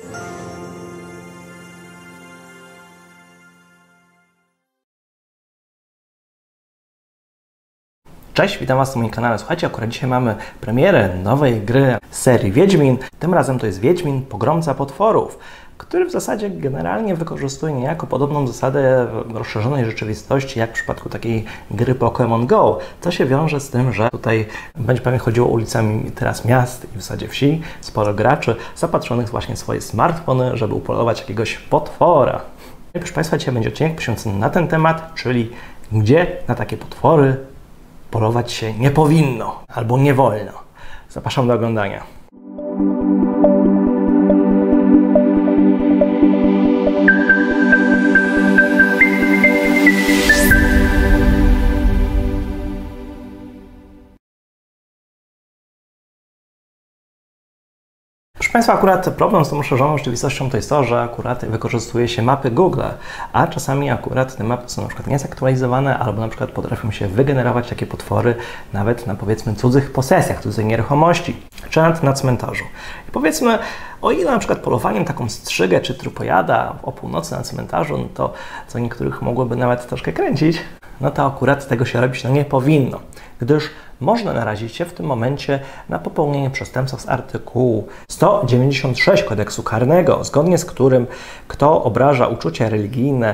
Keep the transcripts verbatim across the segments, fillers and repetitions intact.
Cześć, witam Was na moim kanale. Słuchajcie, akurat dzisiaj mamy premierę nowej gry z serii Wiedźmin. Tym razem to jest Wiedźmin Pogromca Potworów, który w zasadzie generalnie wykorzystuje niejako podobną zasadę rozszerzonej rzeczywistości, jak w przypadku takiej gry Pokémon Go. To się wiąże z tym, że tutaj będzie pewnie chodziło ulicami teraz miast i w zasadzie wsi, sporo graczy zapatrzonych właśnie w swoje smartfony, żeby upolować jakiegoś potwora. I proszę Państwa, dzisiaj będzie odcinek poświęcony na ten temat, czyli gdzie na takie potwory polować się nie powinno albo nie wolno. Zapraszam do oglądania. Proszę Państwa, akurat problem z tą rozszerzoną rzeczywistością to jest to, że akurat wykorzystuje się mapy Google, a czasami akurat te mapy są na przykład niezaktualizowane albo na przykład potrafią się wygenerować takie potwory nawet na, powiedzmy, cudzych posesjach, cudzej nieruchomości, czy nawet na cmentarzu. I powiedzmy, o ile na przykład polowaniem taką strzygę czy trupojada o północy na cmentarzu, no to co niektórych mogłoby nawet troszkę kręcić, no to akurat tego się robić no nie powinno, gdyż można narazić się w tym momencie na popełnienie przestępstwa z artykułu sto dziewięćdziesiąt sześć Kodeksu Karnego, zgodnie z którym kto obraża uczucia religijne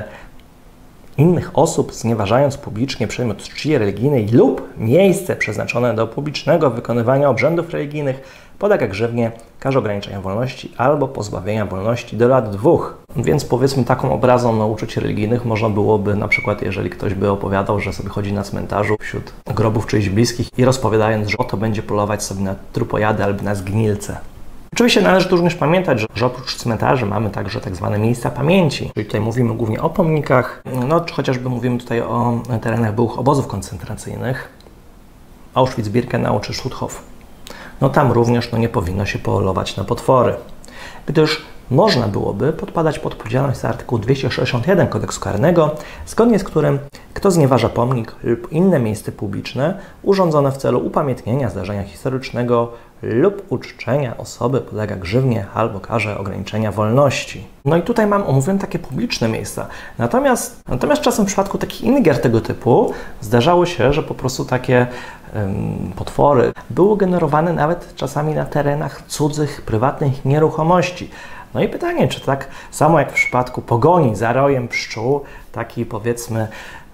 innych osób, znieważając publicznie przedmiot czci religijnej lub miejsce przeznaczone do publicznego wykonywania obrzędów religijnych, podlega grzywnię, karze ograniczenia wolności albo pozbawienia wolności do lat dwóch. Więc powiedzmy, taką obrazą na uczuć religijnych można byłoby na przykład, jeżeli ktoś by opowiadał, że sobie chodzi na cmentarzu wśród grobów czyichś bliskich i rozpowiadając, że oto będzie polować sobie na trupojady albo na zgnilce. Oczywiście należy tu również pamiętać, że oprócz cmentarzy mamy także tak zwane miejsca pamięci, czyli tutaj mówimy głównie o pomnikach, no czy chociażby mówimy tutaj o terenach byłych obozów koncentracyjnych, Auschwitz-Birkenau czy Stutthof. No tam również no, nie powinno się polować na potwory, gdyż można byłoby podpadać pod odpowiedzialność za artykuł dwieście sześćdziesiąt jeden Kodeksu Karnego, zgodnie z którym kto znieważa pomnik lub inne miejsce publiczne urządzone w celu upamiętnienia zdarzenia historycznego lub uczczenia osoby, podlega grzywnie albo karze ograniczenia wolności. No i tutaj mam omówione takie publiczne miejsca. Natomiast, natomiast czasem w przypadku takich innych gier tego typu zdarzało się, że po prostu takie ym, potwory były generowane nawet czasami na terenach cudzych, prywatnych nieruchomości. No i pytanie, czy tak samo jak w przypadku pogoni za rojem pszczół, taki powiedzmy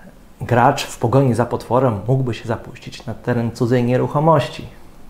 gracz w pogoni za potworem mógłby się zapuścić na teren cudzej nieruchomości?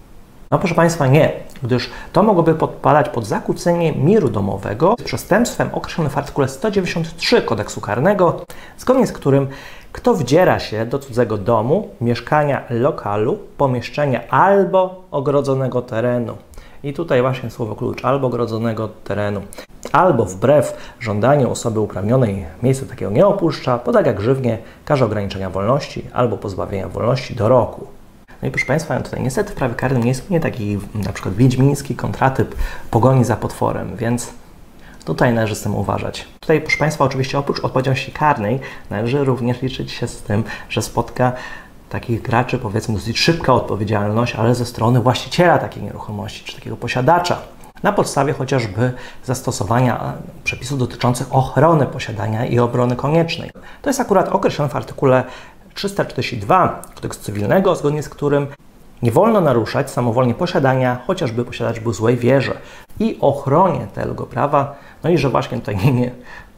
No proszę Państwa, nie, gdyż to mogłoby podpadać pod zakłócenie miru domowego z przestępstwem określonym w artykule sto dziewięćdziesiąt trzy Kodeksu Karnego, zgodnie z którym kto wdziera się do cudzego domu, mieszkania, lokalu, pomieszczenia albo ogrodzonego terenu. I tutaj właśnie słowo klucz, albo ogrodzonego terenu, albo wbrew żądaniu osoby uprawnionej miejsca takiego nie opuszcza, podlega grzywnię, karze ograniczenia wolności albo pozbawienia wolności do roku. No i proszę Państwa, tutaj niestety w prawie karnym nie jest nie taki na przykład wiedźmiński kontratyp pogoni za potworem, więc tutaj należy z tym uważać. Tutaj, proszę Państwa, oczywiście oprócz odpowiedzialności karnej należy również liczyć się z tym, że spotka takich graczy, powiedzmy, dosyć szybka odpowiedzialność, ale ze strony właściciela takiej nieruchomości, czy takiego posiadacza, na podstawie chociażby zastosowania przepisów dotyczących ochrony posiadania i obrony koniecznej. To jest akurat określone w artykule trzysta czterdzieści dwa Kodeksu Cywilnego, zgodnie z którym nie wolno naruszać samowolnie posiadania, chociażby posiadacz był w złej wierze, i ochronie tego prawa, no i że właśnie tutaj nie, nie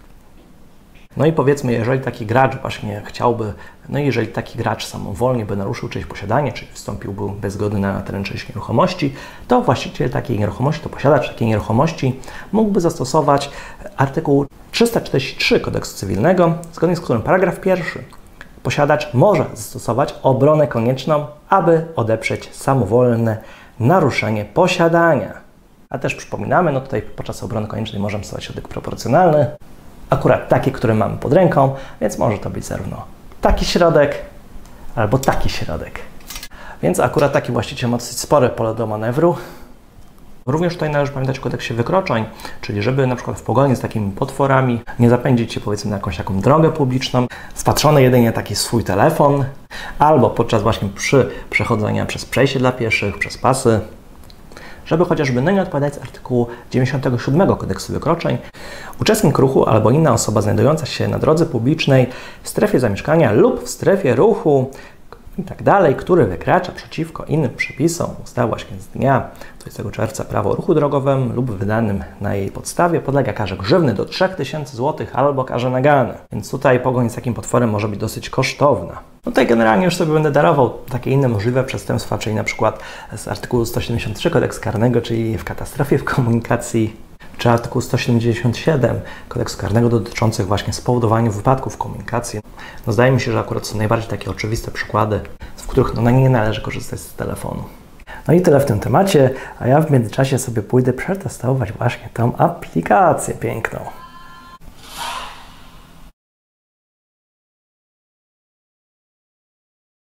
No i powiedzmy, jeżeli taki gracz właśnie chciałby, no i jeżeli taki gracz samowolnie by naruszył czyjeś posiadanie, czyli wstąpiłby bez zgody na teren czyjejś nieruchomości, to właściciel takiej nieruchomości, to posiadacz takiej nieruchomości mógłby zastosować artykuł trzysta czterdzieści trzy Kodeksu Cywilnego, zgodnie z którym paragraf pierwszy. Posiadacz może zastosować obronę konieczną, aby odeprzeć samowolne naruszenie posiadania. A też przypominamy, no tutaj podczas obrony koniecznej możemy stosować środek proporcjonalny, akurat taki, który mamy pod ręką, więc może to być zarówno taki środek, albo taki środek. Więc akurat taki właściciel ma dosyć spore pole do manewru. Również tutaj należy pamiętać o kodeksie wykroczeń, czyli żeby na przykład w pogoni z takimi potworami nie zapędzić się, powiedzmy, na jakąś taką drogę publiczną, wpatrzony jedynie taki swój telefon, albo podczas właśnie przy przechodzenia przez przejście dla pieszych, przez pasy, żeby chociażby no nie odpowiadać z artykułu dziewięćdziesiątego siódmego Kodeksu Wykroczeń. Uczestnik ruchu albo inna osoba znajdująca się na drodze publicznej, w strefie zamieszkania lub w strefie ruchu i tak dalej, który wykracza przeciwko innym przepisom ustawy właśnie z dnia dwudziestego czerwca Prawo o ruchu drogowym lub wydanym na jej podstawie, podlega karze grzywny do trzech tysięcy złotych albo karze nagany. Więc tutaj pogoń z takim potworem może być dosyć kosztowna. No tutaj generalnie już sobie będę darował takie inne możliwe przestępstwa, czyli na przykład z artykułu sto siedemdziesiąt trzy Kodeks Karnego, czyli w katastrofie w komunikacji, czy artykuł sto siedemdziesiąt siedem Kodeksu Karnego dotyczących właśnie spowodowania wypadków w komunikacji. No zdaje mi się, że akurat są najbardziej takie oczywiste przykłady, w których no nie należy korzystać z telefonu. No i tyle w tym temacie, a ja w międzyczasie sobie pójdę przetestować właśnie tą aplikację piękną.